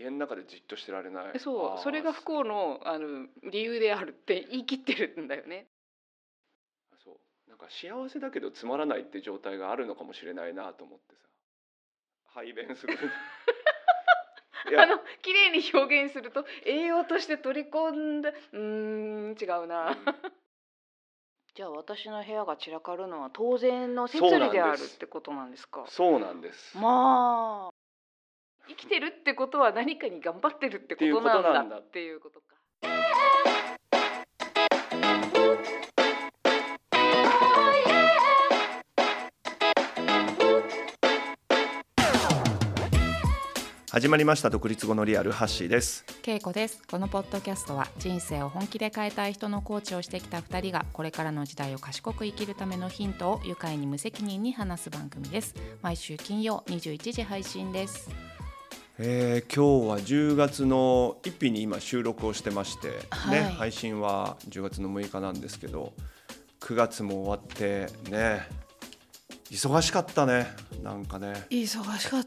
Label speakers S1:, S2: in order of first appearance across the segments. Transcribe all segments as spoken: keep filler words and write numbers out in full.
S1: 家の中でじっとしてられない。
S2: そうそれが不幸の、あの理由であるって言い切ってるんだよね。
S1: そうなんか幸せだけどつまらないって状態があるのかもしれないなと思ってさ、排便する
S2: あの綺麗に表現すると栄養として取り込んだ、うーん違うな、うん、じゃあ私の部屋が散らかるのは当然の摂理であるってことなんですか。
S1: そうなんです。
S2: まあ生きてるってことは何かに頑張ってるってことなんだっていうことか。
S1: 始まりました独立後のリアル、ハッシーです。
S3: けいこです。このポッドキャストは人生を本気で変えたい人のコーチをしてきたふたりがこれからの時代を賢く生きるためのヒントを愉快に無責任に話す番組です。毎週金曜にじゅういちじ配信です。
S1: えー、今日はじゅうがつのついたちに今収録をしてまして、
S3: はい、
S1: ね、配信はじゅうがつのむいかなんですけど、くがつも終わってね、忙しかったね。なんかね
S3: 忙しかった。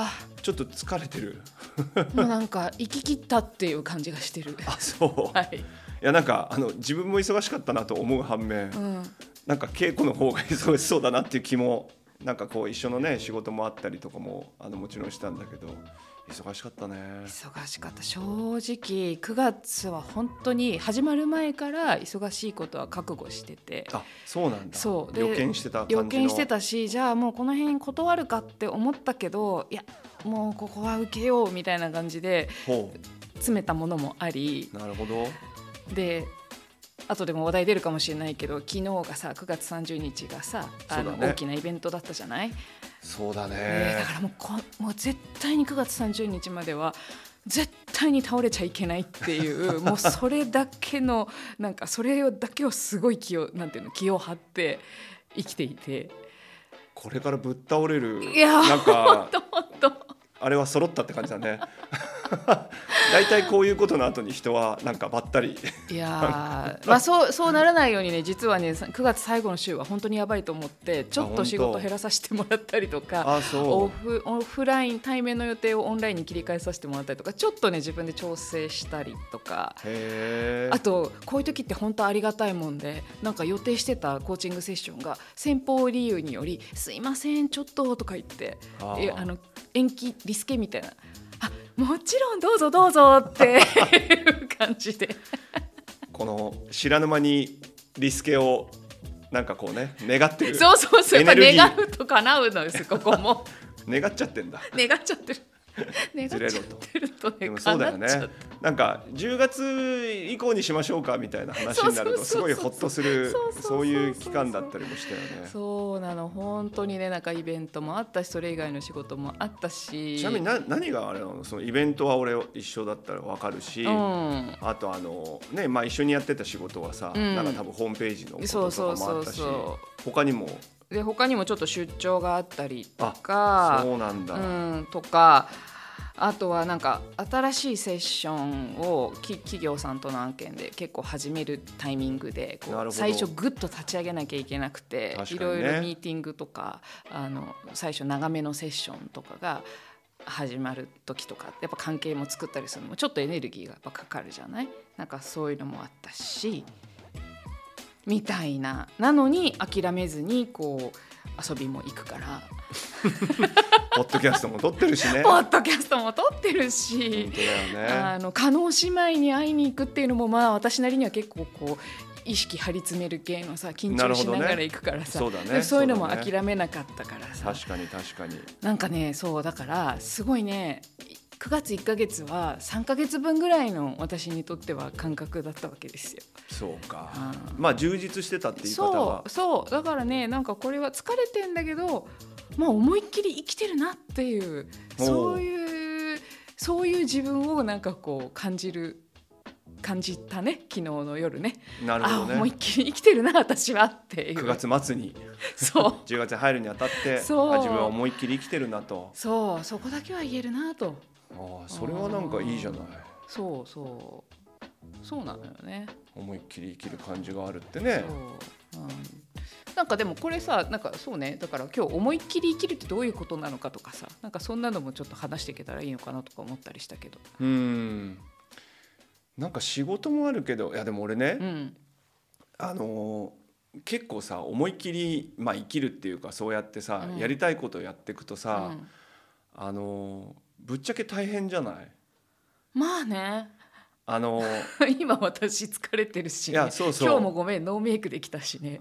S1: ちょっと疲れてる
S3: もうなんか生き切ったっていう感じがしてる。
S1: あ、そう、はい、いやなんかあの自分も忙しかったなと思う反面、うん、なんか稽古の方が忙しそうだなっていう気も、なんかこう一緒のね仕事もあったりとかもあのもちろんしたんだけど、忙しかったね。
S3: 忙しかった。正直くがつは本当に始まる前から忙しいことは覚悟してて。
S1: あ、そうなんだ。
S3: そうで
S1: 予見してた感じの。
S3: 予見してたし、じゃあもうこの辺断るかって思ったけど、いやもうここは受けようみたいな感じで詰めたものもあり。
S1: なるほど。
S3: で後でも話題出るかもしれないけど、昨日がさくがつさんじゅうにちがさ、あの、ね、大きなイベントだったじゃない。
S1: そうだね、
S3: ね、だからもうこもう絶対にくがつさんじゅうにちまでは絶対に倒れちゃいけないっていうもうそれだけのなんかそれだけをすごい気をなんていうの気を張って生きていて、
S1: これからぶっ倒れる、
S3: いや
S1: なんか
S3: ほんとほんと
S1: あれは揃ったって感じだねだいたいこういうことの後に人はなんかばったり
S3: いやまあそう、そうならないようにね、実はねくがつ最後の週は本当にやばいと思ってちょっと仕事減らさせてもらったりとか、
S1: あそう
S3: オフ、オフライン対面の予定をオンラインに切り替えさせてもらったりとか、ちょっとね自分で調整したりとか。
S1: へー。
S3: あとこういう時って本当ありがたいもんで、なんか予定してたコーチングセッションが先方理由によりすいませんちょっととか言ってあえあの延期リスケみたいな、あもちろんどうぞどうぞっていう感じで
S1: この知らぬ間にリスケをなんかこうね願ってる。
S3: そうそうそう、願うと叶うのです。ここも
S1: 願っちゃってんだ。
S3: 願っちゃってる願っちゃってるとね。
S1: でもそうだよね。なんかじゅうがつ以降にしましょうかみたいな話になるとすごいホッとする、そういう期間だったりもしたよね。
S3: そうなの、本当にね、なんかイベントもあったし、それ以外の仕事もあったし。
S1: ちなみにな何があれなの？そのイベントは俺一緒だったら分かるし、うん、あとあのね、まあ一緒にやってた仕事はさ、うん、なんか多分ホームページのこととかもあったし、他にも
S3: で他にもちょっと出張があったりとか、
S1: そうなんだ、
S3: うん、とか、あとはなんか新しいセッションを企業さんとの案件で結構始めるタイミングでこう最初グッと立ち上げなきゃいけなくて、いろいろミーティングとかあの最初長めのセッションとかが始まる時とか、やっぱ関係も作ったりするのもちょっとエネルギーがやっぱかかるじゃない。なんかそういうのもあったしみたいな。なのに諦めずにこう遊びも行くから
S1: ポッドキャストも撮ってるしね。
S3: ポッドキャストも撮ってるし、
S1: 本当だよね。
S3: あの加納姉妹に会いに行くっていうのも、まあ私なりには結構こう意識張り詰める系のさ、緊張しながら行くからさ、
S1: そうだね、
S3: そういうのも諦めなかったからさ、
S1: 確かに確かに。
S3: なんかね、そうだからすごいね、くがついっかげつはさんかげつぶんぐらいの私にとっては感覚だったわけですよ。
S1: そうか、うん、まあ充実してたって言い方は。
S3: そうそう、だからね、なんかこれは疲れてんだけど、まあ思いっきり生きてるなっていう、そういうそういう自分をなんかこう感じる感じたね、昨日の夜ね。
S1: なるほどね。
S3: あ、思いっきり生きてるな私はっていう。
S1: くがつ末に
S3: そう
S1: じゅうがつに入るにあたって
S3: そう
S1: あ自分は思いっきり生きてるなと。
S3: そう、そこだけは言えるなと。
S1: ああ、それはなんかいいじゃない。
S3: そうそうそうなのよね。
S1: 思いっきり生きる感じがあるってね。
S3: そう、うん、 なんかでもこれさ、なんかそうね、だから今日思いっきり生きるってどういうことなのかとかさ、なんかそんなのもちょっと話していけたらいいのかなとか思ったりしたけど。
S1: うーんなんか仕事もあるけど、いやでも俺ね、
S3: うん、
S1: あのー結構さ思いっきり、まあ、生きるっていうかそうやってさ、
S3: うん
S1: やりたいことをやっていくとさ、
S3: うん、
S1: あのーぶっちゃけ大変じゃない？
S3: まあね。
S1: あのー
S3: 今私疲れてるし、ね、
S1: いやそうそう
S3: 今日もごめんノーメイクできたしね。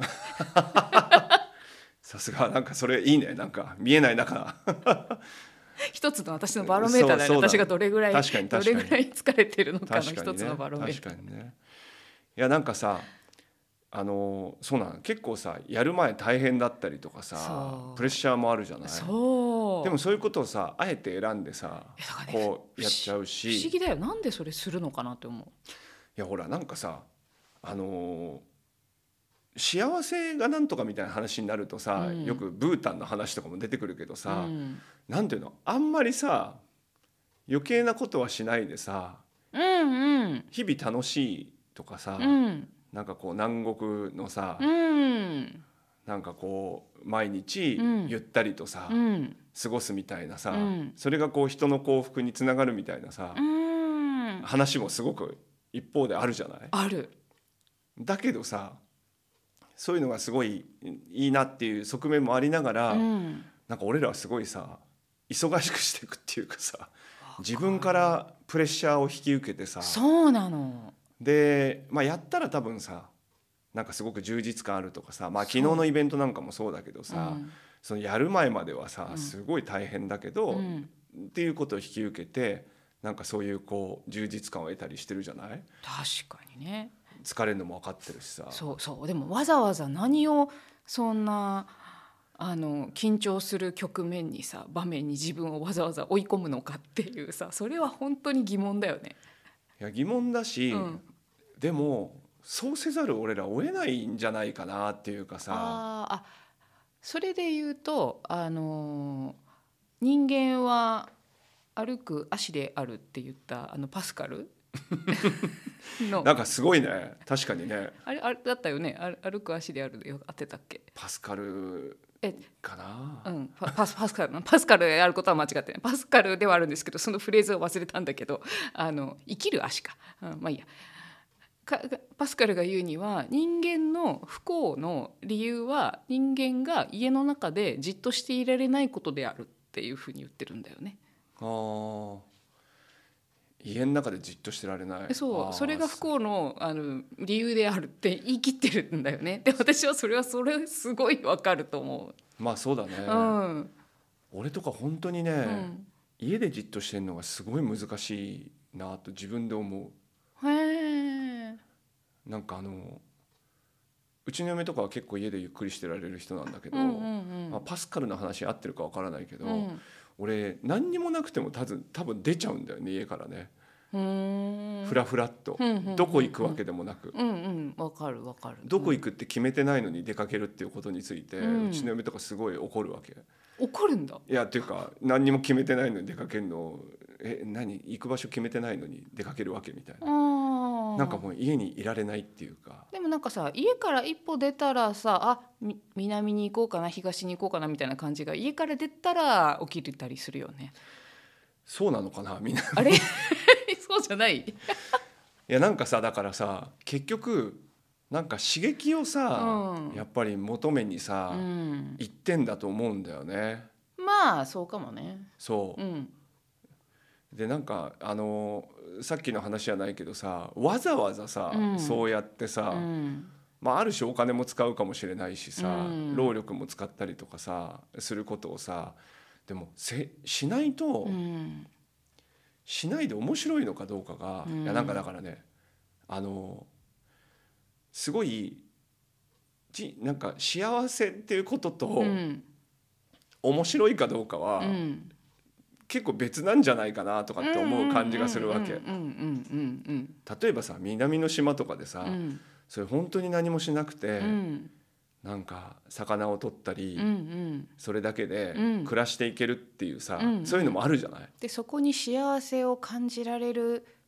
S1: さすがなんかそれいいね、なんか見えない中
S3: 一つの私のバロメーターだよね。
S1: そうそうだ
S3: 私がどれぐらい
S1: 確かに確かに
S3: どれぐらい疲れてるのかの
S1: 確かにね
S3: 一つのバロメーター。
S1: 確かにね。いやなんかさあのそうなの、結構さやる前大変だったりとかさ
S3: そう
S1: プレッシャーもあるじゃない？
S3: そう
S1: でもそういうことをさあえて選んでさ
S3: えだからね
S1: こうやっちゃう
S3: 不思
S1: し、
S3: 議だよ。なんでそれするのかなって思う。
S1: いやほらなんかさあの幸せがなんとかみたいな話になるとさ、
S3: うん
S1: よくブータンの話とかも出てくるけどさ、
S3: うん
S1: なんていうの、あんまりさ余計なことはしないでさ
S3: うんうん
S1: 日々楽しいとかさ、
S3: うん
S1: なんかこう南国のさ、
S3: うん
S1: なんかこう毎日
S3: うん
S1: ゆったりとさ、
S3: うん
S1: 過ごすみたいなさ、
S3: うん
S1: それがこう人の幸福につながるみたいなさ、
S3: うん
S1: 話もすごく一方であるじゃない？
S3: ある。
S1: だけどさそういうのがすごいいいなっていう側面もありながら、
S3: うん
S1: なんか俺らはすごいさ忙しくしていくっていうかさ、自分からプレッシャーを引き受けてさ、
S3: そうなの。
S1: で、まあ、やったら多分さなんかすごく充実感あるとかさ、まあ、昨日のイベントなんかもそうだけどさ、
S3: うん
S1: そのやる前まではさ
S3: うん
S1: すごい大変だけど、
S3: うん
S1: っていうことを引き受けてなんかそういうこう充実感を得たりしてるじゃない？
S3: 確かにね。
S1: 疲れるのも分かってるしさ。
S3: そうそうでもわざわざ何をそんなあの緊張する局面にさ場面に自分をわざわざ追い込むのかっていうさ、それは本当に疑問だよね。
S1: いや疑問だし、
S3: うん
S1: でもそうせざるを俺ら追えないんじゃないかなっていうかさ。
S3: あーあそれで言うと、あの人間は歩く足であるって言ったあのパスカルの
S1: なんかすごいね、確かにね。
S3: あれあれだったよね。あ歩く足であるでよ合ってたっけ？
S1: パスカル
S3: え
S1: かな、
S3: うんパパスパスカルのパスカルであることは間違ってない。パスカルではあるんですけど、そのフレーズを忘れたんだけど、あの生きる足か、うん、まあいいや。かパスカルが言うには、人間の不幸の理由は人間が家の中でじっとしていられないことであるっていうふうに言ってるんだよね。
S1: あー家の中でじっとしてられない。
S3: そう
S1: あー
S3: それが不幸の、あの理由であるって言い切ってるんだよね。で私はそれはそれすごいわかると思
S1: まあそうだね、
S3: う。うん
S1: 俺とか本当にね、
S3: うん
S1: 家でじっとしてるのがすごい難しいなと自分で思
S3: へえ
S1: う。なんかあのうちの嫁とかは結構家でゆっくりしてられる人なんだけど、
S3: うんうんうん
S1: まあ、パスカルの話合ってるかわからないけど、
S3: うん
S1: 俺何にもなくても多分多分出ちゃうんだよね、家からね。
S3: うーん
S1: フラフラっと、
S3: うんうんうんうん
S1: どこ行くわけでもなく、
S3: うんうんわかるわかる。
S1: どこ行くって決めてないのに出かけるっていうことについて、
S3: う
S1: うんちの嫁とかすごい怒るわけ。
S3: 怒るんだ。
S1: いやっていうか何にも決めてないのに出かけるの、え何行く場所決めてないのに出かけるわけみたいな、
S3: あ
S1: なんかもう家にいられないっていうか。
S3: でもなんかさ、家から一歩出たらさ、あみ南に行こうかな東に行こうかなみたいな感じが家から出たら起きたりするよね。
S1: そうなのかなみんな。
S3: あれそうじゃない？
S1: いやなんかさだからさ結局なんか刺激をさ、
S3: うん
S1: やっぱり求めにさ、
S3: うん、
S1: 行ってんだと思うんだよね。
S3: まあそうかもね。
S1: そう、
S3: うん
S1: でなんかあのさっきの話じゃないけどさ、わざわざさ、
S3: うん
S1: そうやってさ、
S3: うん
S1: まあ、ある種お金も使うかもしれないしさ、
S3: うん
S1: 労力も使ったりとかさすることをさ、でもせしないと、
S3: うん
S1: しないで面白いのかどうかが、
S3: うん
S1: いやなんかだからねあのすごいじなんか幸せっていうことと、
S3: うん
S1: 面白いかどうかは、
S3: うん
S1: 結構別なんじゃないかなとかって思う感じがするわけ。
S3: うんうんうんうん
S1: 例えばさ南の島とかでさ、
S3: うんうん
S1: それ本当に何もしなくて、
S3: うん
S1: なんか魚を取ったり、
S3: うんうん
S1: それだけで
S3: うん
S1: 暮らしていけるっていうさ、
S3: うん
S1: そういうのもあるじゃない。
S3: でそこに幸せを感じられる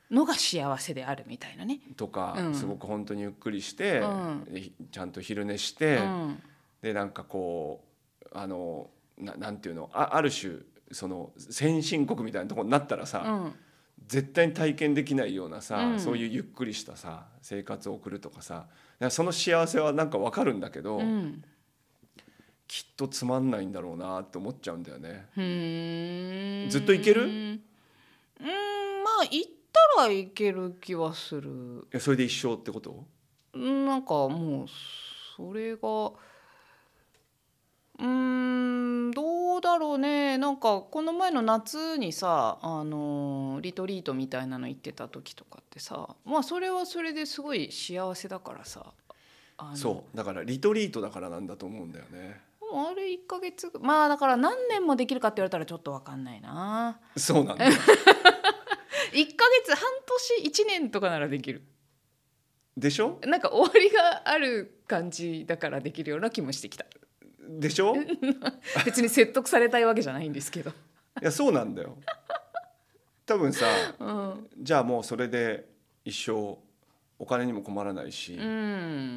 S3: のが幸せであるみたいなね。
S1: とか、
S3: うん、
S1: すごく本当にゆっくりして、
S3: うん、
S1: ちゃんと昼寝して、
S3: うん、
S1: でなんかこうあの な, なんていうの あ, ある種その先進国みたいなところになったらさ、
S3: うん、
S1: 絶対に体験できないようなさ、
S3: うん、
S1: そういうゆっくりしたさ生活を送るとかさ、その幸せはなんか分かるんだけど、
S3: うん、
S1: きっとつまんないんだろうなって思っちゃうんだよね。
S3: ふーん、
S1: ずっといける？う
S3: ーん、まあ行ったらいける気はする。
S1: いやそれで一生ってこと？
S3: なんかもうそれがうーんどうだろうね。なんかこの前の夏にさ、あのリトリートみたいなの行ってた時とかってさ、まあそれはそれですごい幸せだからさ、あの
S1: そうだからリトリートだからなんだと思うんだよね。
S3: もうあれいっかげつ、まあだから何年もできるかって言われたらちょっと分かんないな。
S1: そうなんだ
S3: いっかげつ半年いちねんとかならできる
S1: でしょ？
S3: なんか終わりがある感じだからできるような気もしてきた。
S1: でしょ？い
S3: 別に説得されたいわけじゃないんですけど
S1: やそうなんだよ。多分さ、
S3: うん、
S1: じゃあもうそれで一生お金にも困らないし、
S3: うん、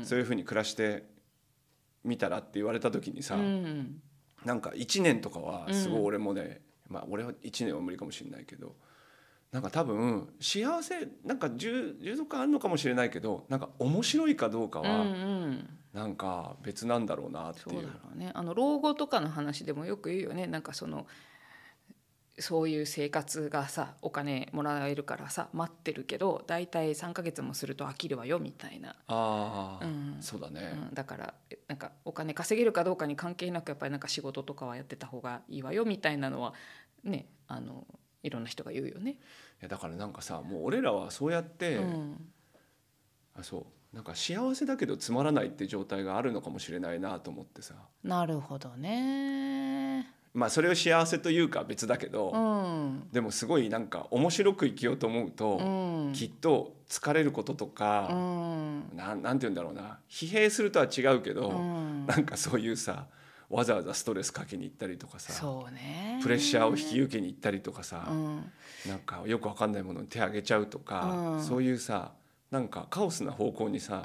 S1: そういうふうに暮らしてみたらって言われた時にさ、
S3: うん、
S1: なんかいちねんとかはすごい俺もね、うん、まあ俺はいちねんは無理かもしれないけど、なんか多分幸せなんか充足感あるのかもしれないけど、なんか面白いかどうかはなんか別なんだろうなっていう。
S3: そうだろうね。あの老後とかの話でもよく言うよね。なんかそのそういう生活がさお金もらえるからさ待ってるけどだいたいさんかげつもすると飽きるわよみたいな。
S1: ああ、
S3: うん、
S1: そうだね、
S3: うん、だからなんかお金稼げるかどうかに関係なくやっぱりなんか仕事とかはやってた方がいいわよみたいなのはね、あのいろんな人が言うよね。
S1: いやだからなんかさもう俺らはそうやって、
S3: うん、
S1: あそうなんか幸せだけどつまらないって状態があるのかもしれないなと思ってさ。
S3: なるほどね。
S1: まあそれを幸せというか別だけど、
S3: うん、
S1: でもすごいなんか面白く生きようと思うと、
S3: うん、
S1: きっと疲れることとか、
S3: うん、
S1: な, なんて言うんだろうな、疲弊するとは違うけど、
S3: うん、
S1: なんかそういうさわざわざストレスかけに行ったりとかさ、
S3: そうね、
S1: プレッシャーを引き受けに行ったりとかさ、
S3: うん、
S1: なんかよくわかんないものに手あげちゃうとか、
S3: うん、
S1: そういうさなんかカオスな方向にさ、
S3: うん、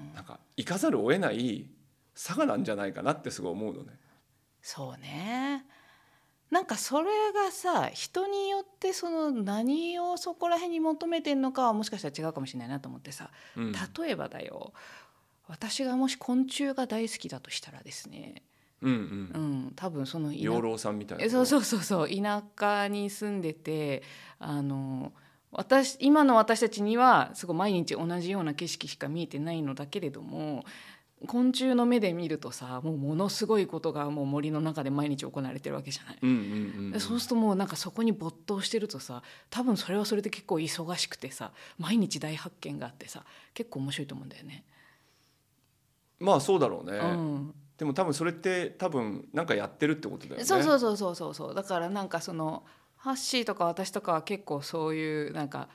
S1: なんか行かざるを得ない差がなんじゃないかなってすごい思うのね。
S3: そうね。なんかそれがさ人によってその何をそこら辺に求めてんのかはもしかしたら違うかもしれないなと思ってさ、
S1: うん、
S3: 例えばだよ、私がもし昆虫が大好きだとしたらですね、
S1: うんう
S3: うんん、多分その田
S1: 養老さんみたいな。
S3: そうそうそうそう田舎に住んでて、あの私今の私たちにはすごい毎日同じような景色しか見えてないのだけれども、昆虫の目で見るとさもうものすごいことがもう森の中で毎日行われてるわけじゃない、
S1: うんうんうんうん、
S3: そうするともうなんかそこに没頭してるとさ多分それはそれで結構忙しくてさ毎日大発見があってさ結構面白いと思うんだよね。
S1: まあそうだろうね、
S3: うん、
S1: でも多分それって多分なんかやってるってことだよね。
S3: そうそうそうそうそうそう。だからなんかそのハッシーとか私とかは結構そういうなんか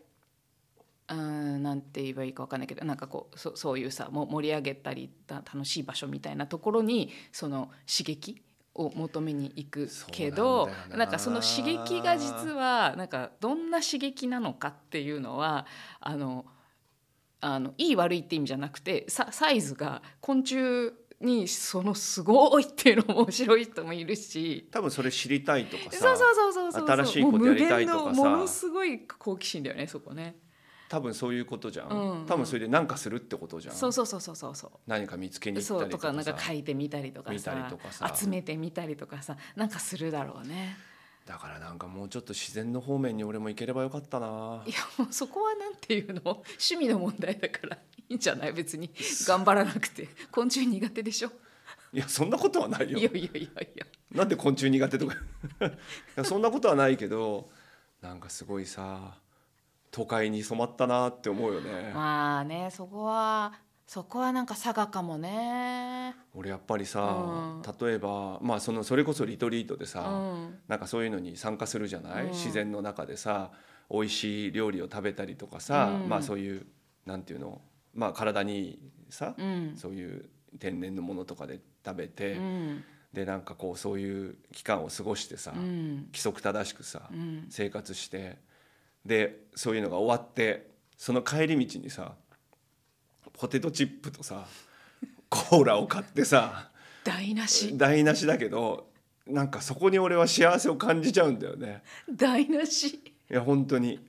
S3: うんなんて言えばいいか分かんないけどなんかこう そ, そういうさも盛り上げたり楽しい場所みたいなところにその刺激を求めに行くけど、
S1: そうなんだよな。
S3: なんかその刺激が実はなんかどんな刺激なのかっていうのはあのあのいい悪いって意味じゃなくてササイズが昆虫にそのすごいっていうのも面白い人もいるし、
S1: 多分それ知りたいとかさ、
S3: そうそうそうそうそう
S1: 新しいことやりたいとかさ、
S3: もう無限のものすごい好奇心だよねそこね。
S1: 多分そういうことじゃん、
S3: うんうん、
S1: 多分それで何かするってことじゃん。
S3: そうそうそうそうそうそう
S1: 何か見つけに行った
S3: そう
S1: りとかさ
S3: とかなんか書いてみたりとかさ
S1: 見たりとかさ
S3: 集めてみたりとかさなんかするだろうね。
S1: だからなんかもうちょっと自然の方面に俺も行ければよかったな。
S3: いやもうそこはなんていうの趣味の問題だからいいんじゃない別に頑張らなくて。昆虫苦手でしょ。
S1: いやそんなことはないよ。
S3: いやいやいやいや
S1: なんで昆虫苦手とかいやそんなことはないけどなんかすごいさ都会に染まったなって思うよね。
S3: まあねそこはそこはなんか佐賀かもね。
S1: 俺やっぱりさ、
S3: うん、
S1: 例えば、まあ、そのそれこそリトリートでさ、
S3: うん、
S1: なんかそういうのに参加するじゃない、
S3: うん、
S1: 自然の中でさ美味しい料理を食べたりとかさ、
S3: うん、
S1: まあそういうなんていうの、まあ、体にさ、
S3: うん、
S1: そういう天然のものとかで食べて、
S3: うん、
S1: でなんかこうそういう期間を過ごしてさ、
S3: うん、
S1: 規則正しくさ、
S3: うん、
S1: 生活してでそういうのが終わってその帰り道にさポテトチップとさコーラを買ってさ
S3: 台無し
S1: 台無しだけどなんかそこに俺は幸せを感じちゃうんだよね。
S3: 台無し
S1: いや本当に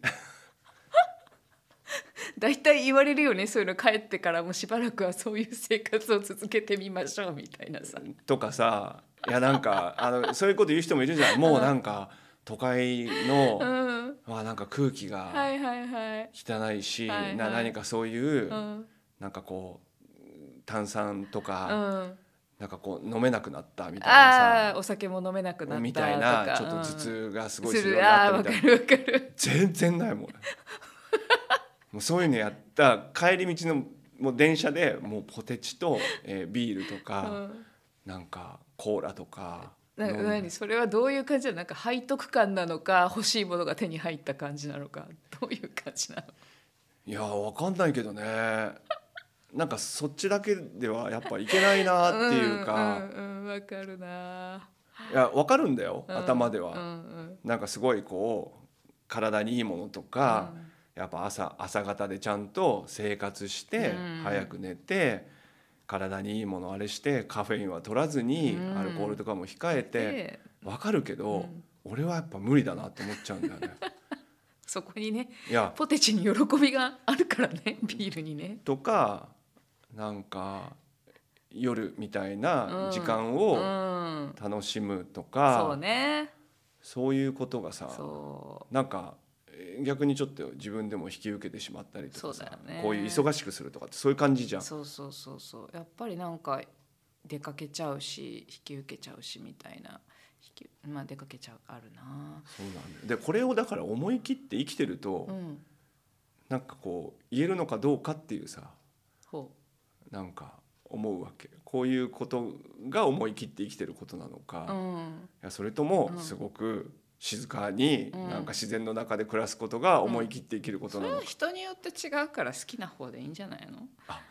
S3: だいたい言われるよね、そういうの帰ってからもしばらくはそういう生活を続けてみましょうみたいなさ
S1: とかさ、いやなんかあのそういうこと言う人もいるじゃん。もうなんか都会の、うんまあ、なんか空気が汚いし、はいはいはい、な何かそういう、うん、なんかこう炭酸とか、うんなんかこう飲めなくなったみたいなさ、
S3: あお酒も飲めなくなったとか
S1: みたいなちょっと頭痛がすごいするようになったみたいな、わかるわかる全然ないもんもうそういうのやった帰り道のもう電車でもうポテチと、えー、ビールとか、うん、なんかコーラとか
S3: な何それはどういう感じなの？なんか背徳感なのか欲しいものが手に入った感じなのかどういう感じなの？
S1: いやわかんないけどねなんかそっちだけではやっぱいけないなっていうか、
S3: うんうんうん、わかるな。
S1: いやわかるんだよ、うん、頭では、うんうん、なんかすごいこう体にいいものとか、うん、やっぱ 朝, 朝方でちゃんと生活して、うん、早く寝て体にいいものあれしてカフェインは取らずに、うん、アルコールとかも控えてわかるけど、うん、俺はやっぱ無理だなって思っちゃうんだよね
S3: そこにねいやポテチに喜びがあるからねビールにね
S1: とかなんか夜みたいな時間を楽しむとか、
S3: うんうん、そうね、
S1: そういうことがさなんか逆にちょっと自分でも引き受けてしまったりとかさ、そうだよね、こういう忙しくするとかってそういう感じじゃん。
S3: そうそうそうそうやっぱりなんか出かけちゃうし引き受けちゃうしみたいなまあ出かけちゃうあるな。
S1: そうなんだ。でこれをだから思い切って生きてると、うん、なんかこう言えるのかどうかっていうさほうなんか思うわけ。こういうことが思い切って生きてることなのか、うん、いやそれともすごく静かになんか自然の中で暮らすことが思い切って生きることなのか、うんうん、
S3: それは人によって違うから好きな方でいいんじゃないの？あ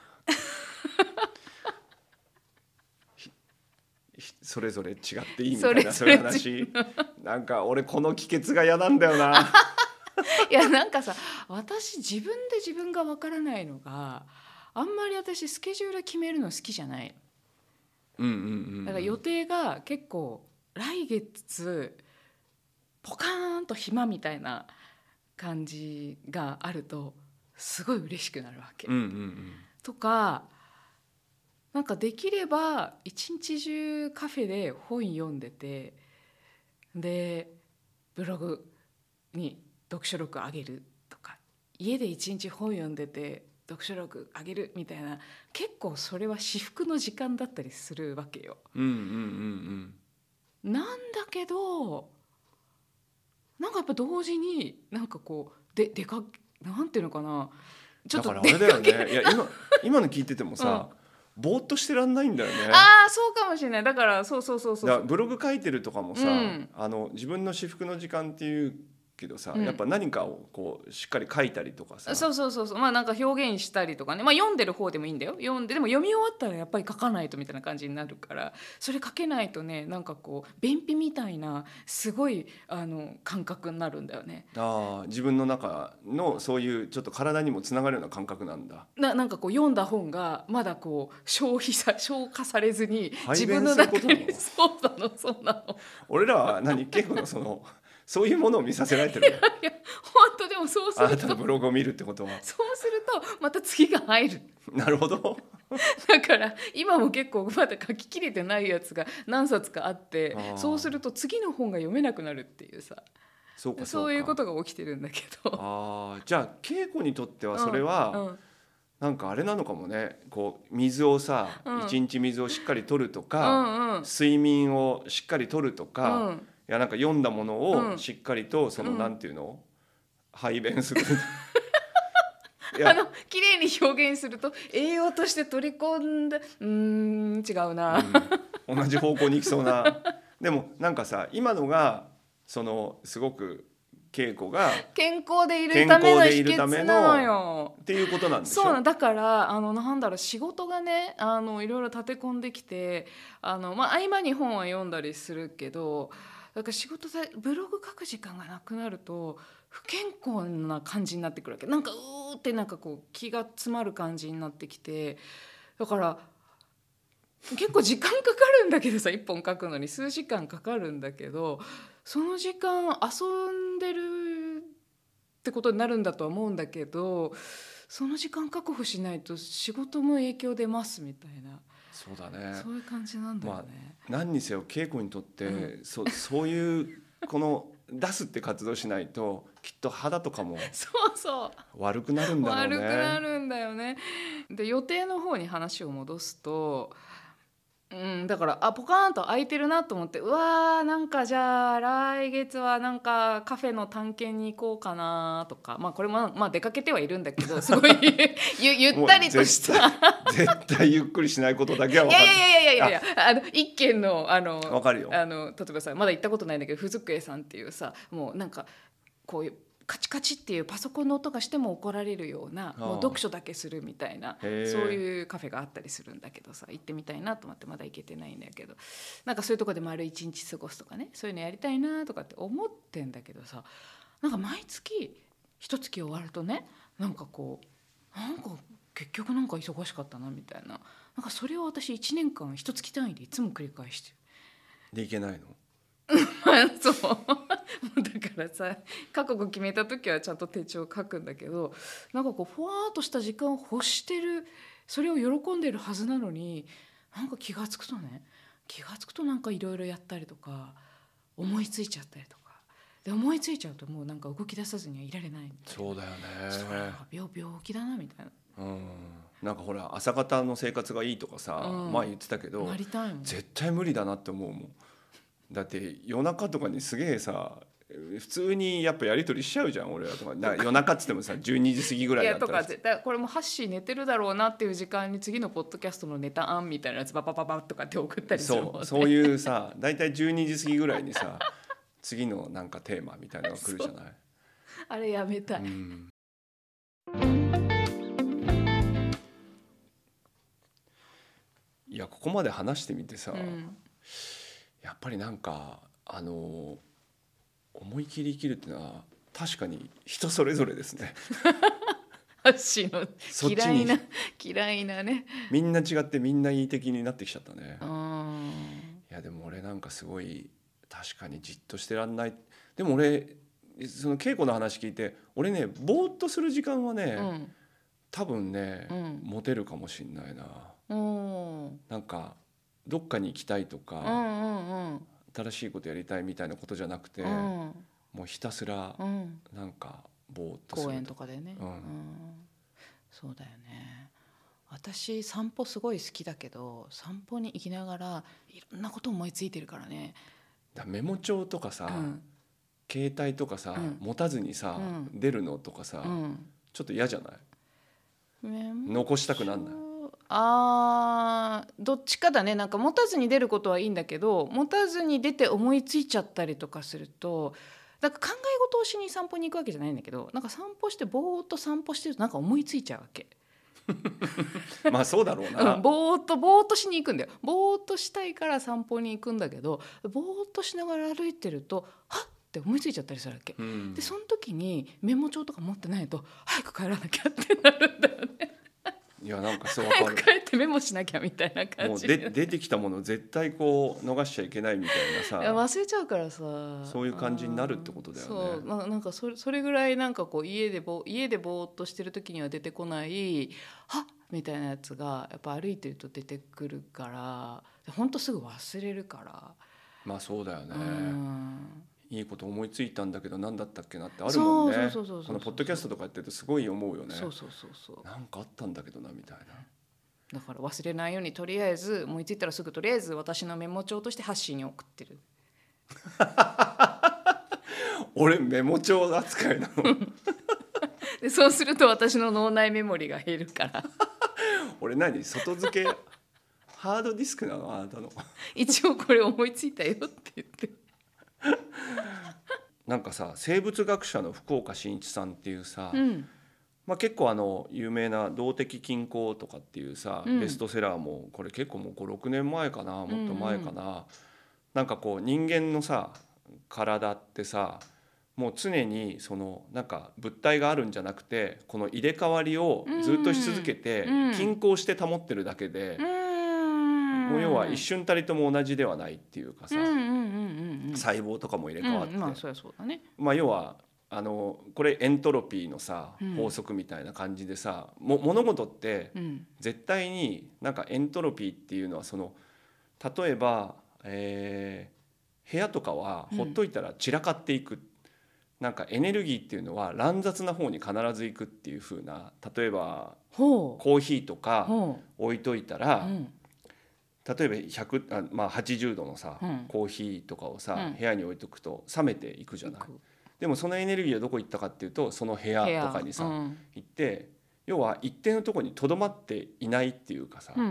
S1: それぞれ違っていいみたいなそういう話なんか俺この帰結が嫌なんだよない
S3: やなんかさ私自分で自分が分からないのがあんまり私スケジュール決めるの好きじゃない、
S1: うんうんうんうん、
S3: だから予定が結構来月ポカーンと暇みたいな感じがあるとすごい嬉しくなるわけ、うんうんうん、とかなんかできれば一日中カフェで本読んでてでブログに読書録あげるとか家で一日本読んでて読書録あげるみたいな結構それは至福の時間だったりするわけよ、うんうんうんうん、なんだけどなんかやっぱ同時になんかこうででかなんていうのかな
S1: ちょっとだからあれだよねいや 今, 今の聞いててもさ、うん、ぼーっとしてらんないんだよね。
S3: ああそうかもしれない。だからそうそうそうそう
S1: ブログ書いてるとかもさ、うん、あの自分の至福の時間っていうけどさ、うん、やっぱ何かをこうしっかり書いたりとかさ
S3: そうそうそうそうまあなんか表現したりとかね、まあ、読んでる方でもいいんだよ。読んででも読み終わったらやっぱり書かないとみたいな感じになるからそれ書けないとねなんかこう便秘みたいなすごいあの感覚になるんだよね。
S1: あ自分の中のそういうちょっと体にもつながるような感覚なんだ。
S3: な, なんかこう読んだ本がまだこう消費さ消化されずに自分の中にそうなのそうなの
S1: 俺らは何結構のそのそういうものを見させられてるいやい
S3: や本当でもそうすると
S1: あなたのブログを見るってことは
S3: そうするとまた次が入る。
S1: なるほど
S3: だから今も結構まだ書ききれてないやつが何冊かあってそうすると次の本が読めなくなるっていうさそうかそうかそういうことが起きてるんだけど
S1: あじゃあ恵子にとってはそれは、うんうん、なんかあれなのかもねこう水をさ、うん、一日水をしっかり取るとか、うんうん、睡眠をしっかり取るとか、うんいやなんか読んだものをしっかりとその、うん、なんていうの排便する
S3: あの綺麗に表現すると栄養として取り込んでうーん違うな、
S1: うん、同じ方向に行きそうなでもなんかさ今のがそのすごく恵子が
S3: 健康でいるための秘訣なのよ
S1: っていうことなんでしょ。
S3: そうなんだからあのなんだろう仕事がねあのいろいろ立て込んできてあの、まあ、合間に本は読んだりするけどだから仕事でブログ書く時間がなくなると不健康な感じになってくるわけ。なんかうーってなんかこう気が詰まる感じになってきて、だから結構時間かかるんだけどさ、いっぽん書くのに数時間かかるんだけど、その時間遊んでるってことになるんだとは思うんだけど、その時間確保しないと仕事も影響出ますみたいな。
S1: そうだね、
S3: そういう感じなんだよね、
S1: まあ、何にせよ恵子にとって、
S3: うん、
S1: そ, そういうこの出すって活動しないときっと肌とかも
S3: そうそう
S1: 悪くなるんだろうね。
S3: 悪くなるんだよね。で予定の方に話を戻すと、うん、だからあポカーンと空いてるなと思って、うわーなんかじゃあ来月はなんかカフェの探検に行こうかなとか、まあこれもまあ出かけてはいるんだけど、すごいゆ, ゆったりとした
S1: 絶対ゆっくりしないことだけは分かる。
S3: いやいやいやいやいやあの一軒のあの
S1: 分かるよ。
S3: あの例えばさ、まだ行ったことないんだけど、ふずくえさんっていうさ、もうなんかこういうカチカチっていうパソコンの音がしても怒られるような、もう読書だけするみたいな、そういうカフェがあったりするんだけどさ、行ってみたいなと思ってまだ行けてないんだけど、なんかそういうとこで丸一日過ごすとかね、そういうのやりたいなとかって思ってんだけどさ、なんか毎月一月終わるとね、なんかこうなんか結局なんか忙しかったなみたいな、なんかそれを私いちねんかん一月単位でいつも繰り返してる。
S1: でいけないの
S3: そうだからさ、覚悟決めた時はちゃんと手帳書くんだけど、なんかこうふわーっとした時間を欲してる、それを喜んでるはずなのに、なんか気がつくとね気がつくとなんかいろいろやったりとか思いついちゃったりとかで、思いついちゃうともうなんか動き出さずにはいられないみたいな。
S1: そうだよね。
S3: 病, 病気だなみたいな。
S1: うん、なんかほら朝方の生活がいいとかさ、うん、前言ってたけど、
S3: なりたいもん。
S1: 絶対無理だなって思うもん。だって夜中とかにすげえさ、普通にやっぱやり取りしちゃうじゃん俺らとか。な夜中っつってもさじゅうにじ過ぎぐらいだったら、いやとか絶対
S3: これもハッシー寝てるだろうなっていう時間に次のポッドキャストのネタ案みたいなやつババババとかって送ったりするもんね。
S1: そうそういうさ、だいたいじゅうにじ過ぎぐらいにさ次のなんかテーマみたいなのが来るじゃない。
S3: あれやめたい、うん、
S1: いやここまで話してみてさ、
S3: うん、
S1: やっぱりなんかあの思い切り生きるっていうのは確かに人それぞれですね。
S3: ハッシーの嫌いな嫌いなね、
S1: みんな違ってみんないい敵になってきちゃったね。
S3: うん、
S1: いやでも俺なんかすごい確かにじっとしてらんない。でも俺その稽古の話聞いて、俺ねぼーっとする時間はね、うん、多分ね、うん、持てるかもしんないな。うん、なんかどっかに行きたいとか、うんうんうん、新しいことやりたいみたいなことじゃなくて、うん、もうひたすらなんかぼーっとする、
S3: 公園とかでね、うんうん、そうだよね。私散歩すごい好きだけど、散歩に行きながらいろんなこと思いついてるからね。
S1: だメモ帳とかさ、うん、携帯とかさ、うん、持たずにさ、うん、出るのとかさ、うん、ちょっと嫌じゃない？残したくなんない？
S3: あーどっちかだね。なんか持たずに出ることはいいんだけど、持たずに出て思いついちゃったりとかすると、だから考え事をしに散歩に行くわけじゃないんだけど、なんか散歩してぼーっと散歩してるとなんか思いついちゃうわけ。
S1: まあそうだろうな、
S3: うん、ぼーっとぼーっとしに行くんだよ。ぼーっとしたいから散歩に行くんだけど、ぼーっとしながら歩いてるとはっって思いついちゃったりするわけ、うん、でその時にメモ帳とか持ってないと早く帰らなきゃってなるんだよね。
S1: いやなんかそう分かる。
S3: 早く帰ってメモしなきゃみたいな感じで、
S1: もうで出てきたものを絶対こう逃しちゃいけないみたいなさ、
S3: いや忘れちゃうからさ、
S1: そういう感じになるってことだよね。
S3: そう、まあ、なんかそれ、それぐらいなんかこう家でぼ家でぼーっとしてる時には出てこないはっみたいなやつがやっぱ歩いてると出てくるから、ほんとすぐ忘れるから。
S1: まあそうだよね、うん、いいこと思いついたんだけど何だったっけなってあるもんね。このポッドキャストとかやってるとすごい思うよね。
S3: そうそうそうそう、
S1: なんかあったんだけどなみたいな。
S3: だから忘れないようにとりあえず思いついたらすぐとりあえず私のメモ帳としてハッシーに送ってる。
S1: 俺メモ帳扱いなの。
S3: でそうすると私の脳内メモリが減るから。
S1: 俺何外付けハードディスクなのあなたの。
S3: 一応これ思いついたよって言って。
S1: なんかさ生物学者の福岡伸一さんっていうさ、
S3: うん
S1: まあ、結構あの有名な動的均衡とかっていうさ、うん、ベストセラーもこれ結構もうごろくねんまえかな、もっと前かな、うんうん、なんかこう人間のさ体ってさもう常にそのなんか物体があるんじゃなくてこの入れ替わりをずっとし続けて均衡して保ってるだけで、
S3: うん、
S1: もう要は一瞬たりとも同じではないっていうかさ、
S3: うんうんうんうんうん、
S1: 細胞とかも入れ替わって、
S3: うん、まあそうそうだね、
S1: まあ要はあのこれエントロピーのさ
S3: うん
S1: 法則みたいな感じでさ、も物事って
S3: うん
S1: 絶対になんかエントロピーっていうのはその例えば、えー、部屋とかはほっといたら散らかっていく、うん、なんかエネルギーっていうのは乱雑な方に必ず行くっていう風な、例えばコーヒーとか置いといたら、うん、例えばひゃくあ、まあ、はちじゅうどのさ、うん、コーヒーとかをさ、うん、部屋に置いとくと冷めていくじゃない。でもそのエネルギーはどこ行ったかっていうとその部屋とかにさ、うん、行って要は一定のところにとどまっていないっていうかさ、うんうん、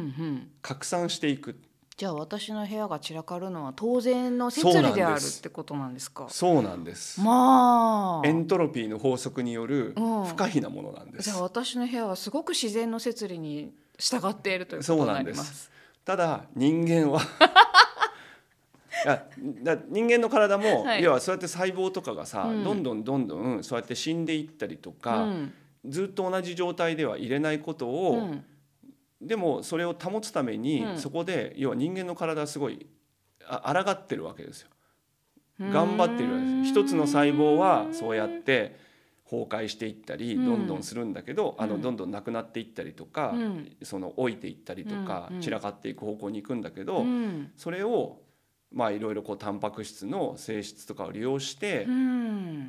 S1: 拡散していく。
S3: じゃあ私の部屋が散らかるのは当然の摂理であるってことなんですか。
S1: そうなんです、
S3: まあ、
S1: エントロピーの法則による不可避なものなんです、
S3: うん、じゃあ私の部屋はすごく自然の摂理に従っているということになります。そうなんです。
S1: ただ人間はいやだ人間の体も、はい、要はそうやって細胞とかがさ、うん、どんどんどんどんそうやって死んでいったりとか、うん、ずっと同じ状態では入れないことを、うん、でもそれを保つために、うん、そこで要は人間の体はすごいあ抗ってるわけですよ。頑張ってるわけです。一つの細胞はそうやって崩壊していったりどんどんするんだけど、うん、あのどんどんなくなっていったりとか、うん、その老いていったりとか、うん、散らかっていく方向に行くんだけど、うん、それをまあいろいろこうタンパク質の性質とかを利用して、うん、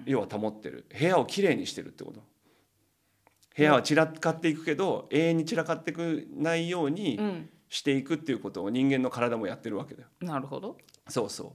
S1: 要は保ってる、部屋をきれいにしてるってこと。部屋は散らかっていくけど永遠に散らかっていくないようにしていくっていうことを人間の体もやってるわけだよ。
S3: なるほど。
S1: そうそう。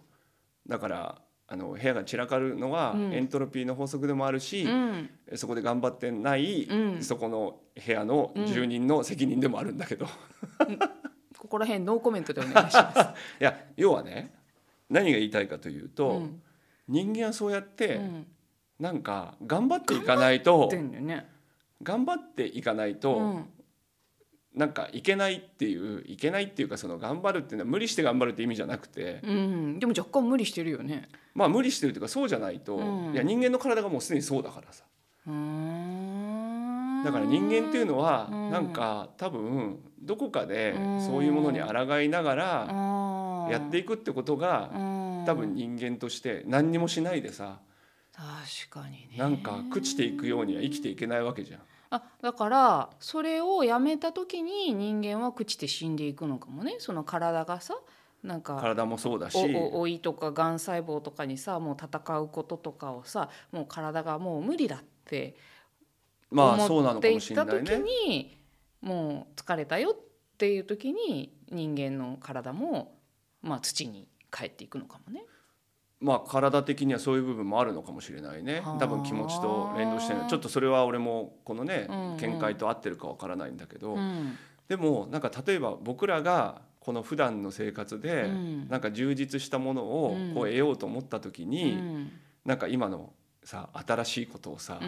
S1: だからあの部屋が散らかるのはエントロピーの法則でもあるし、うん、そこで頑張ってない、うん、そこの部屋の住人の責任でもあるんだけど、
S3: うん、ここら辺ノーコメントでお願いします
S1: いや要はね何が言いたいかというと、うん、人間はそうやって、うん、なんか頑張っていかないと頑張ってんだよね。頑張っていかないと、うん、なんかいけないっていういけないっていうかその頑張るっていうのは無理して頑張るって意味じゃなくて、
S3: うん、でも若干無理してるよね。
S1: まあ無理してるっていうかそうじゃないと、うん、いや人間の体がもうすでにそうだからさ。うーんだから人間っていうのは、うん、なんか多分どこかでそういうものに抗いながらやっていくってことが、うん、多分人間として何にもしないでさ、
S3: 確かにね、
S1: なんか朽ちていくようには生きていけないわけじゃん。
S3: あだからそれをやめた時に人間は朽ちて死んでいくのかもね。その体がさなんか
S1: 体もそうだし
S3: 老いとかがん細胞とかにさもう戦うこととかをさもう体がもう無理だって思っていった時にもう疲れたよっていう時に人間の体もまあ土に帰っていくのかもね。
S1: まあ体的にはそういう部分もあるのかもしれないね。多分気持ちと連動してる。ちょっとそれは俺もこのね、うんうん、見解と合ってるかわからないんだけど、うん、でもなんか例えば僕らがこの普段の生活でなんか充実したものをこう得ようと思った時に、うん、なんか今のさ新しいことをさ、うん、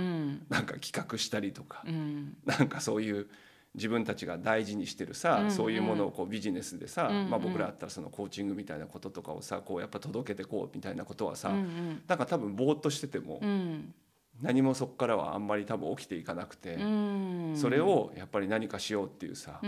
S1: なんか企画したりとか、うん、なんかそういう自分たちが大事にしてるさ、うんうん、そういうものをこうビジネスでさ、うんうんまあ、僕らだったらそのコーチングみたいなこととかをさこうやっぱ届けてこうみたいなことはさ、うんうん、なんか多分ぼーっとしてても、うん、何もそこからはあんまり多分起きていかなくて、うん、それをやっぱり何かしようっていうさ、うん、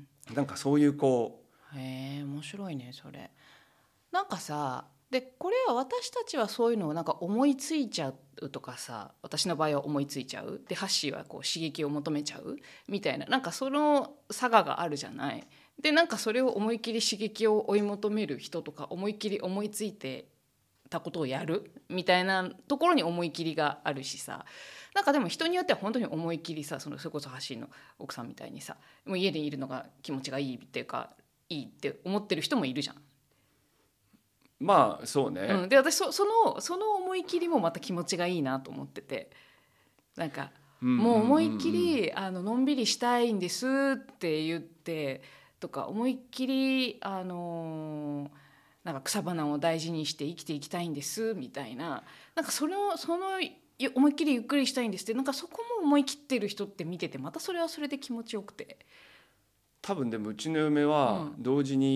S1: なんかそういうこ
S3: うへえ面白いねそれ。なんかさでこれは私たちはそういうのをなんか思いついちゃうとかさ私の場合は思いついちゃうでハッシーはこう刺激を求めちゃうみたいななんかその差ががあるじゃない。でなんかそれを思いっきり刺激を追い求める人とか思いっきり思いついてたことをやるみたいなところに思い切りがあるしさなんかでも人によっては本当に思い切りさそのそれこそハッシーの奥さんみたいにさもう家でいるのが気持ちがいいっていうかいいって思ってる人もいるじゃん。
S1: まあそうね、
S3: うん、で私 そ, そのその思い切りもまた気持ちがいいなと思っててなんかもう思いっきりあののんびりしたいんですって言ってとか思いっきりあのなんか草花を大事にして生きていきたいんですみたいななんかそのその思いっきりゆっくりしたいんですってなんかそこも思い切ってる人って見ててまたそれはそれで気持ちよくて
S1: 多分でもうちの嫁は同時に、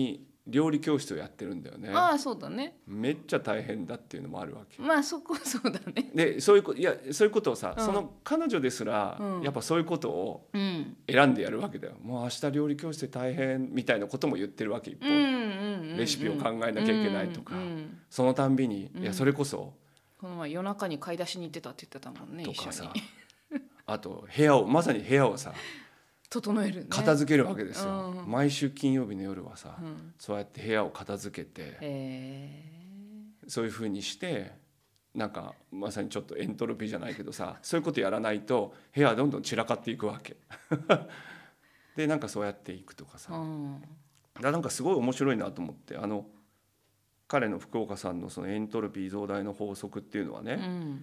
S1: 料理教室をやってるんだよね。
S3: ああそうだね。
S1: めっちゃ大変だっていうのもあるわけ。
S3: まあそこそうだね。
S1: でそういうこいやそういうことをさ、
S3: うん、
S1: その彼女ですら、うん、やっぱそういうことを選んでやるわけだよ。もう明日料理教室で大変みたいなことも言ってるわけ一方、うんうんうんうん、レシピを考えなきゃいけないとか、うんうん、そのたんびに、うん、いやそれこそ
S3: この前夜中に買い出しに行ってたって言ってたもんね。
S1: とかさあと部屋をまさに部屋をさ
S3: 整える、ね、
S1: 片付けるわけですよ、うん、毎週金曜日の夜はさ、うん、そうやって部屋を片付けて、
S3: へー、
S1: そういう風にしてなんかまさにちょっとエントロピーじゃないけどさ、そういうことやらないと部屋はどんどん散らかっていくわけでなんかそうやっていくとかさ、うん、だなんかすごい面白いなと思って、あの彼の福岡さんのそのエントロピー増大の法則っていうのはね、うん、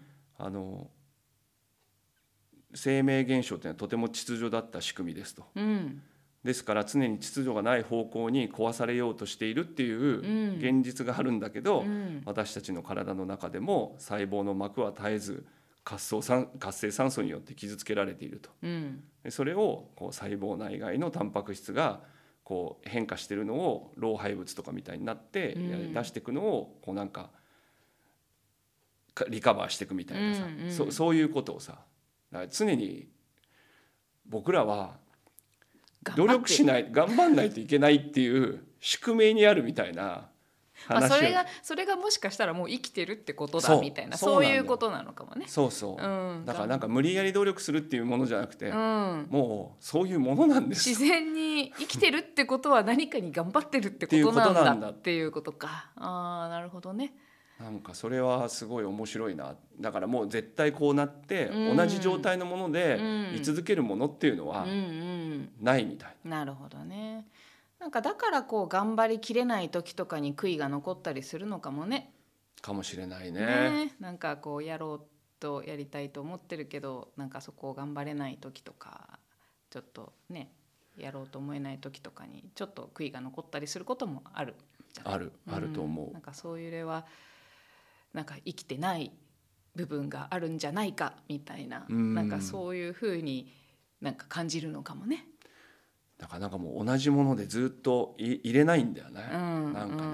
S1: あの生命現象というのはとても秩序だった仕組みですと、うん、ですから常に秩序がない方向に壊されようとしているっていう現実があるんだけど、うん、私たちの体の中でも細胞の膜は絶えず活性酸、活性酸素によって傷つけられていると、うん、それをこう細胞内外のタンパク質がこう変化しているのを老廃物とかみたいになって出していくのをこうなんかリカバーしていくみたいなさ、うんうん、そ, そういうことをさ、だから常に僕らは努力しない頑張んないといけないっていう宿命にあるみたいな話を、
S3: まあ、それがそれがもしかしたらもう生きてるってことだみたいな、そういうことなのかもね。
S1: そうそう、うん、だからなんか無理やり努力するっていうものじゃなくて、うん、もうそういうものなんです。
S3: 自然に生きてるってことは何かに頑張ってるってことなんだっていうことか。ああ、なるほどね。
S1: なんかそれはすごい面白いな。だからもう絶対こうなって、うん、同じ状態のもので居続けるものっていうのはないみたい、
S3: うんうん、なるほどね。なんかだからこう頑張りきれない時とかに悔いが残ったりするのかもね。
S1: かもしれない ね,
S3: ね。なんかこうやろうとやりたいと思ってるけど、なんかそこを頑張れない時とか、ちょっとねやろうと思えない時とかにちょっと悔いが残ったりすることもあるじゃない。
S1: あるあると思う、うん、
S3: なんかそういう例はなんか生きてない部分があるんじゃないかみたいな、うん、なんかそういう風になんか感じるのかもね。
S1: だからなんかもう同じものでずっとい入れないんだよね、うん、なんかね、うんうんうん、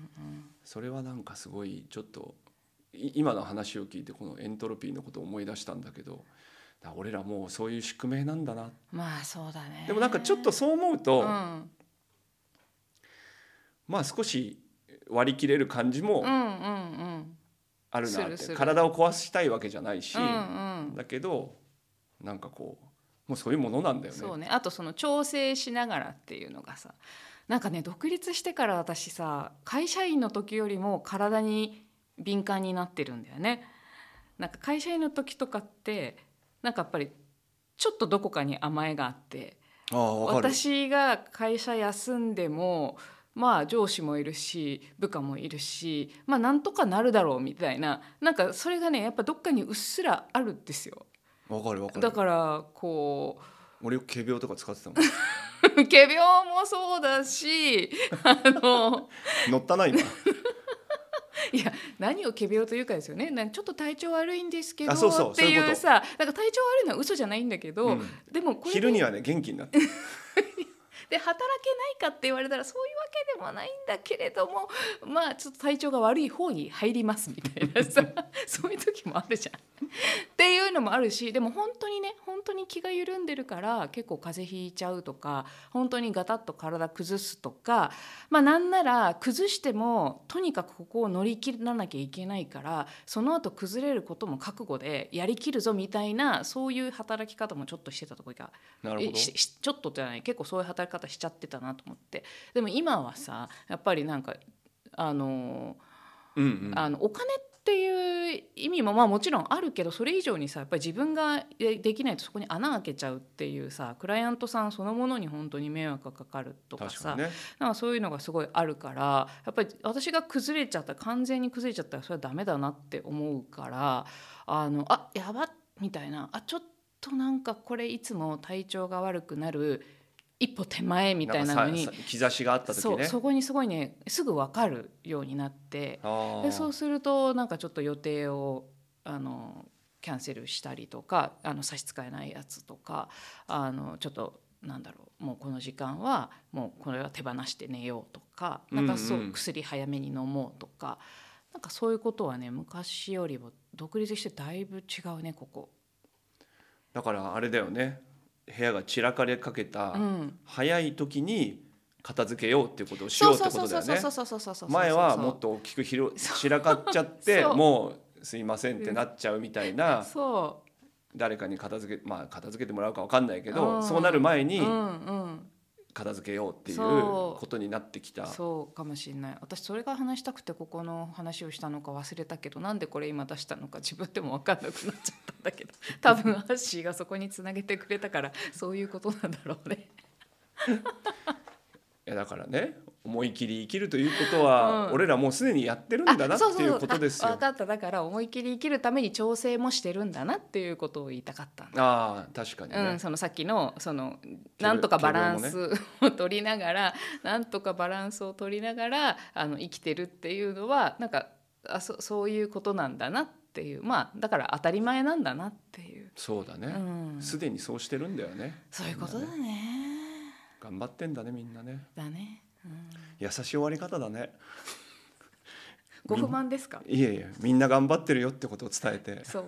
S1: それはなんかすごいちょっと今の話を聞いてこのエントロピーのことを思い出したんだけど、だ俺らもうそういう宿命なんだな。
S3: まあそうだね。
S1: でもなんかちょっとそう思うと、うん、まあ少し割り切れる感じもあるなって、うんうんうん、するする体を壊したいわけじゃないし、うんうん、だけどなんかこうもうそういうものなんだよね。
S3: そうね。あとその調整しながらっていうのがさ、なんかね独立してから私さ会社員の時よりも体に敏感になってるんだよね。なんか会社員の時とかってなんかやっぱりちょっとどこかに甘えがあって、
S1: ああ、わかる。
S3: 私が会社休んでもまあ上司もいるし部下もいるし、まあなんとかなるだろうみたいな、なんかそれがねやっぱどっかにうっすらあるんですよ。
S1: わかるわかる。
S3: だからこ
S1: う俺よく仮病とか使ってたもん
S3: 仮病もそうだしあの
S1: 乗ったな今
S3: いや何を仮病というかですよね。なんかちょっと体調悪いんですけどっていうさ、なんか体調悪いのは嘘じゃないんだけど、うん、でもこれ
S1: 昼にはね元気になって
S3: で働けないかって言われたらそういうわけでもないんだけれども、まあちょっと体調が悪い方に入りますみたいなさそういう時もあるじゃんっていうのもあるし、でも本当にね本当に気が緩んでるから結構風邪ひいちゃうとか、本当にガタッと体崩すとか、まあなんなら崩してもとにかくここを乗り切らなきゃいけないから、その後崩れることも覚悟でやりきるぞみたいな、そういう働き方もちょっとしてたところが、
S1: なるほど、
S3: ちょっとじゃない結構そういう働き方しちゃってたなと思って。でも今はさやっぱりなんかあの、うんうん、あのお金っていう意味もまあもちろんあるけど、それ以上にさやっぱり自分ができないとそこに穴開けちゃうっていうさ、クライアントさんそのものに本当に迷惑がかかるとかさ、ね、なんかそういうのがすごいあるから、やっぱり私が崩れちゃった完全に崩れちゃったらそれはダメだなって思うから、あのあやばっみたいな、あちょっとなんかこれいつも体調が悪くなる一歩手前みたいなのに
S1: 兆しがあった時ね、
S3: そうそこにすごいねすぐ分かるようになって、でそうするとなんかちょっと予定をあのキャンセルしたりとか、あの差し支えないやつとか、あのちょっとなんだろう、もうこの時間はもうこれは手放して寝ようとか、なんかそう、
S1: うんうん、
S3: 薬早めに飲もうとか、なんかそういうことはね昔よりも独立してだいぶ違うねここ。
S1: だからあれだよね、部屋が散らかりかけた、
S3: うん、
S1: 早い時に片付けようっていうことをしようってことだよね。前はもっと大きく広散らかっちゃってもうすいませんってなっちゃうみたいな、
S3: そう
S1: 誰かに片付け、まあ片付けてもらうか分かんないけど、うん、そうなる前に片付けようっていうことになってきた。
S3: そう、そうかもしれない。私それが話したくてここの話をしたのか忘れたけど、なんでこれ今出したのか自分でも分かんなくなっちゃったんだけど、多分ハッシーがそこにつなげてくれたからそういうことなんだろうね。
S1: いやだからね、思い切り生きるということは、うん、俺らもうすでにやってるんだなっていうことですよ。
S3: 分かった。だから思い切り生きるために調整もしてるんだなっていうことを言いたかったんだ。
S1: ああ確かにね、
S3: うん、そのさっきのそのなんとかバランスを取りながら、ね、なんとかバランスを取りながらあの生きてるっていうのはなんかあ そ, そういうことなんだなっていう、まあだから当たり前なんだなっていう。
S1: そうだね、すで、うん、にそうしてるんだよね。
S3: そういうことだね。
S1: 頑張ってんだねみんなね。
S3: だね、うん、
S1: 優しい終わり方だね。
S3: ご不満ですか？
S1: いえいえ、みんな頑張ってるよってことを伝えて。
S3: そう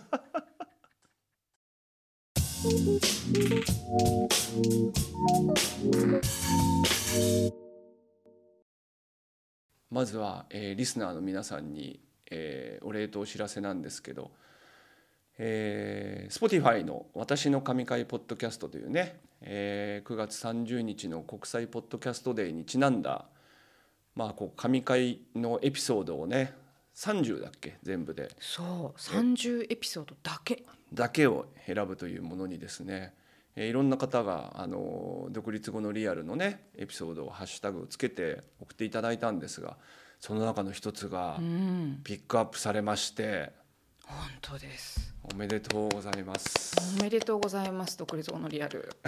S1: まずは、えー、リスナーの皆さんに、えー、お礼とお知らせなんですけど、えー、Spotify の私の神回ポッドキャストというね、えー、くがつさんじゅうにちの国際ポッドキャストデーにちなんだ、まあ、こう神回のエピソードをねさんじゅうだっけ全部で、
S3: そうさんじゅうエピソードだけ
S1: だけを選ぶというものにですね、えー、いろんな方があの独立後のリアルのねエピソードをハッシュタグをつけて送っていただいたんですが、その中の一つがピックアップされまして、
S3: うん、本当です。
S1: おめでとうございます。
S3: おめでとうございます。独立後のリアル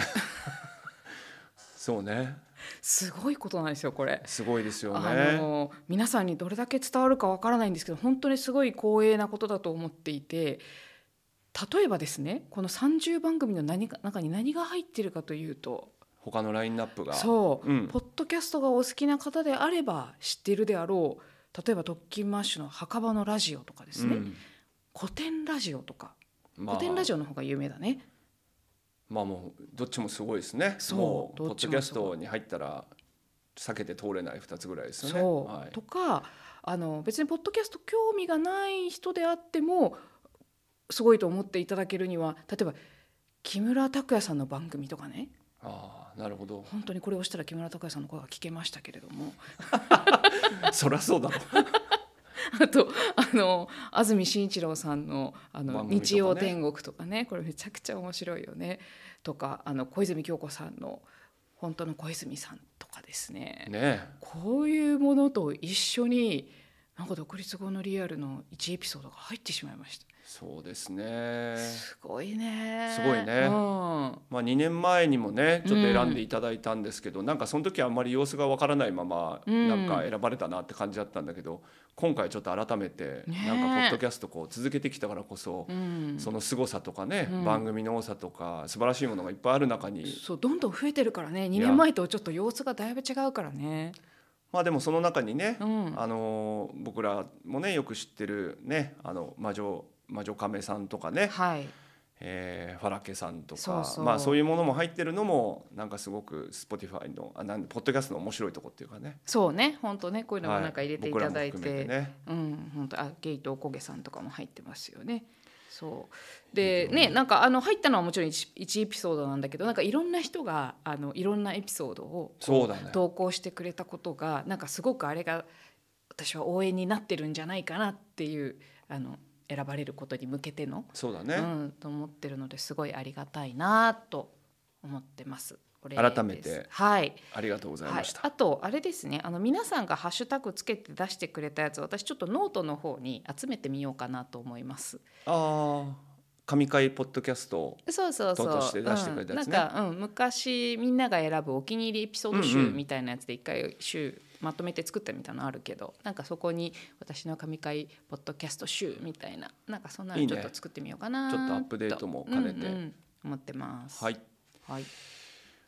S1: そうね、
S3: すごいことなんですよこれ。
S1: すごいですよね。
S3: あの皆さんにどれだけ伝わるかわからないんですけど、本当にすごい光栄なことだと思っていて、例えばですね、このさんじゅうばん組の何か中に何が入っているかというと、
S1: 他のラインナップが
S3: そう、うん、ポッドキャストがお好きな方であれば知っているであろう、例えば特勤マッシュの墓場のラジオとかですね、うん、古典ラジオとか、まあ、古典ラジオの方が有名だね。
S1: まあもうどっちもすごいですね。そうもうポッドキャストに入ったら避けて通れないふたつぐらいですよね。
S3: そう、はい、とかあの別にポッドキャスト興味がない人であってもすごいと思っていただけるには、例えば木村拓哉さんの番組とかね。
S1: ああ、なるほど。
S3: 本当にこれを押したら木村拓哉さんの声が聞けましたけれども
S1: そりゃそうだろう
S3: あとあの安住紳一郎さん の, あの、ね、日曜天国とかね、これめちゃくちゃ面白いよねとか、あの小泉京子さんの本当の小泉さんとかですね、
S1: ね、
S3: こういうものと一緒になんか独立後のリアルのいちエピソードが入ってしまいました。
S1: そうですね、
S3: すごいね、
S1: すごいね、うん、まあ、にねんまえにもねちょっと選んでいただいたんですけど、うん、なんかその時はあんまり様子がわからないままなんか選ばれたなって感じだったんだけど、うん、今回ちょっと改めてなんかポッドキャストこう続けてきたからこそ、うん、その凄さとかね、うん、番組の多さとか素晴らしいものがいっぱいある中に、
S3: そうどんどん増えてるからね、にねんまえとちょっと様子がだいぶ違うからね。
S1: まあ、でもその中にね、うん、あの僕らもねよく知ってるね、あの魔女魔女亀さんとかね、はい、えー、ファラケさんとか、そうそう、まあ、そういうものも入ってるのもなんかすごく Spotify のあなんポッドキャストの面白いとこっていうかね。
S3: そうね、本当ね、こういうのもなんか入れていただいて、はい、ね、うん、本当あゲイとおこげさんとかも入ってますよね。そうでね、なんかあの入ったのはもちろん 1, いちエピソードなんだけど、なんかいろんな人があのいろんなエピソードを
S1: そうだ、ね、
S3: 投稿してくれたことがなんかすごくあれが私は応援になってるんじゃないかなっていう、あの選ばれることに向けての、
S1: そうだね、
S3: うん、と思ってるのですごいありがたいなと思ってます。
S1: 改めて、
S3: はい、
S1: ありがとうございました。
S3: はい、あとあれですね、あの皆さんがハッシュタグつけて出してくれたやつ、私ちょっとノートの方に集めてみようかなと思います。
S1: ああ、神回ポッドキャスト
S3: そうそうそう
S1: として出してくれたやつね、
S3: うん、なんか、うん、昔みんなが選ぶお気に入りエピソード集みたいなやつで一回集まとめて作ったみたいなのあるけど、なんかそこに私の神回ポッドキャスト集みたいな、なんかそんなのちょっと作ってみようかな、
S1: いいね、ちょっとアップデートも兼ねて、
S3: うんうん、思ってます。
S1: はい、
S3: はい、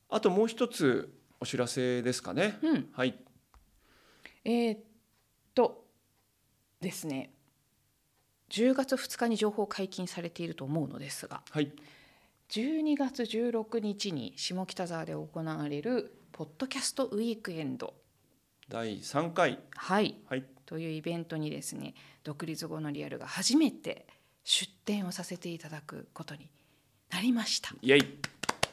S1: あともう一つお知らせですかね、
S3: うん、
S1: はい。
S3: えー、っとですねじゅうがつふつかに情報解禁されていると思うのですが、
S1: はい、
S3: じゅうにがつじゅうろくにちに下北沢で行われるポッドキャストウィークエンド
S1: だいさんかい、
S3: はい、
S1: はい、
S3: というイベントにですね、独立後のリアルが初めて出展をさせていただくことになりました。
S1: イエイ。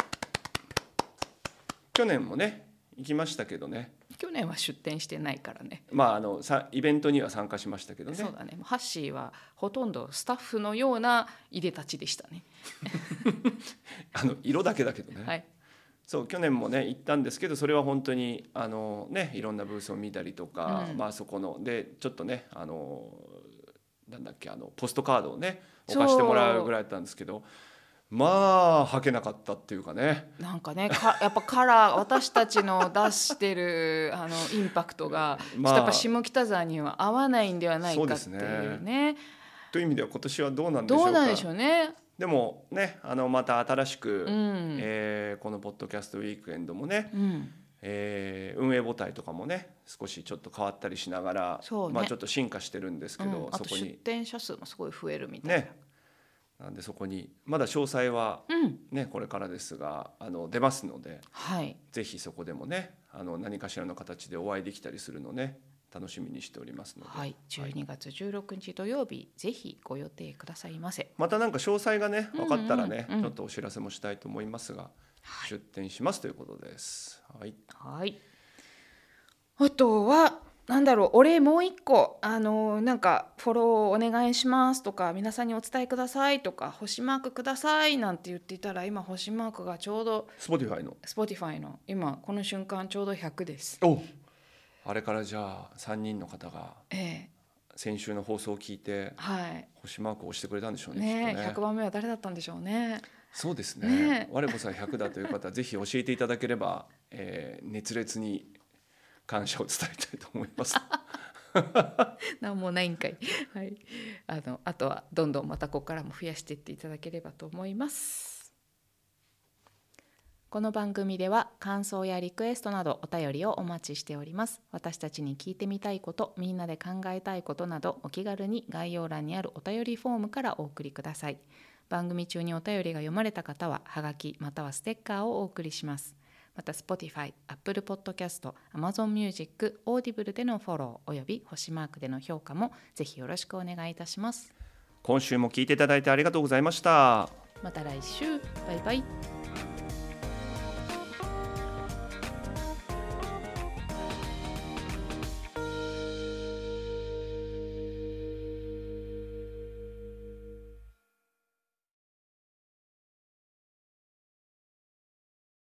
S1: 去年もね行きましたけどね。
S3: 去年は出展してないからね。
S1: まああのさイベントには参加しましたけどね。
S3: そうだね。ハッシーはほとんどスタッフのようないでたちでしたね。
S1: あの色だけだけどね。
S3: はい。
S1: そう去年もね行ったんですけど、それは本当にあのねいろんなブースを見たりとか、うん、まあそこのでちょっとねあのなんだっけあのポストカードをね置かしてもらうぐらいだったんですけど。まあ履けなかったっていうかね、
S3: なんかねかやっぱカラー私たちの出してるあのインパクトが、まあ、ちょっとやっぱ下北沢には合わないんではないかっていうね。
S1: ねという意味では今年はどうなんでしょうか。
S3: どうなんでしょうね。
S1: でもねあのまた新しく、
S3: うん
S1: えー、このポッドキャストウィークエンドもね、
S3: うん
S1: えー、運営母体とかもね少しちょっと変わったりしながら、
S3: そうね、
S1: まあ、ちょっと進化してるんですけど、
S3: うん、あと出店者数もすごい増えるみたいな、
S1: ね、なんでそこにまだ詳細は、ね
S3: うん、
S1: これからですがあの出ますので、
S3: はい、
S1: ぜひそこでもねあの何かしらの形でお会いできたりするのね楽しみにしておりますので、
S3: はい、じゅうにがつじゅうろくにち土曜日、ぜひご予定くださいませ。
S1: またなんか詳細がね分かったらね、
S3: うんうんうん、
S1: ちょっとお知らせもしたいと思いますが、はい、出展しますということです。はい、
S3: はい、あとはなんだろう、お礼もう一個、あのなんかフォローお願いしますとか、皆さんにお伝えくださいとか、星マークくださいなんて言っていたら、今星マークがちょうど
S1: Spotify の
S3: Spotify の今この瞬間ちょうどひゃくです。
S1: おあれからじゃあさんにんの方が
S3: ええ
S1: 先週の放送を聞いて、はい、星マークを押してくれたんでしょう ね,
S3: ね,
S1: ね
S3: ひゃくばんめは誰だったんでしょうね。
S1: そうです ね,
S3: ね
S1: 我こそはひゃくだという方はぜひ教えていただければ、えー、熱烈に感謝を伝えたいと思います。
S3: なんもないんかい、はい、あのあとはどんどんまたここからも増やしていっていただければと思います。この番組では感想やリクエストなどお便りをお待ちしております。私たちに聞いてみたいこと、みんなで考えたいことなどお気軽に概要欄にあるお便りフォームからお送りください。番組中にお便りが読まれた方ははがきまたはステッカーをお送りします。また Spotify、Apple Podcast、Amazon Music、Audible でのフォローおよび星マークでの評価もぜひよろしくお願いいたします。
S1: 今週も聞いていただいてありがとうございました。
S3: また来週、バイバイ。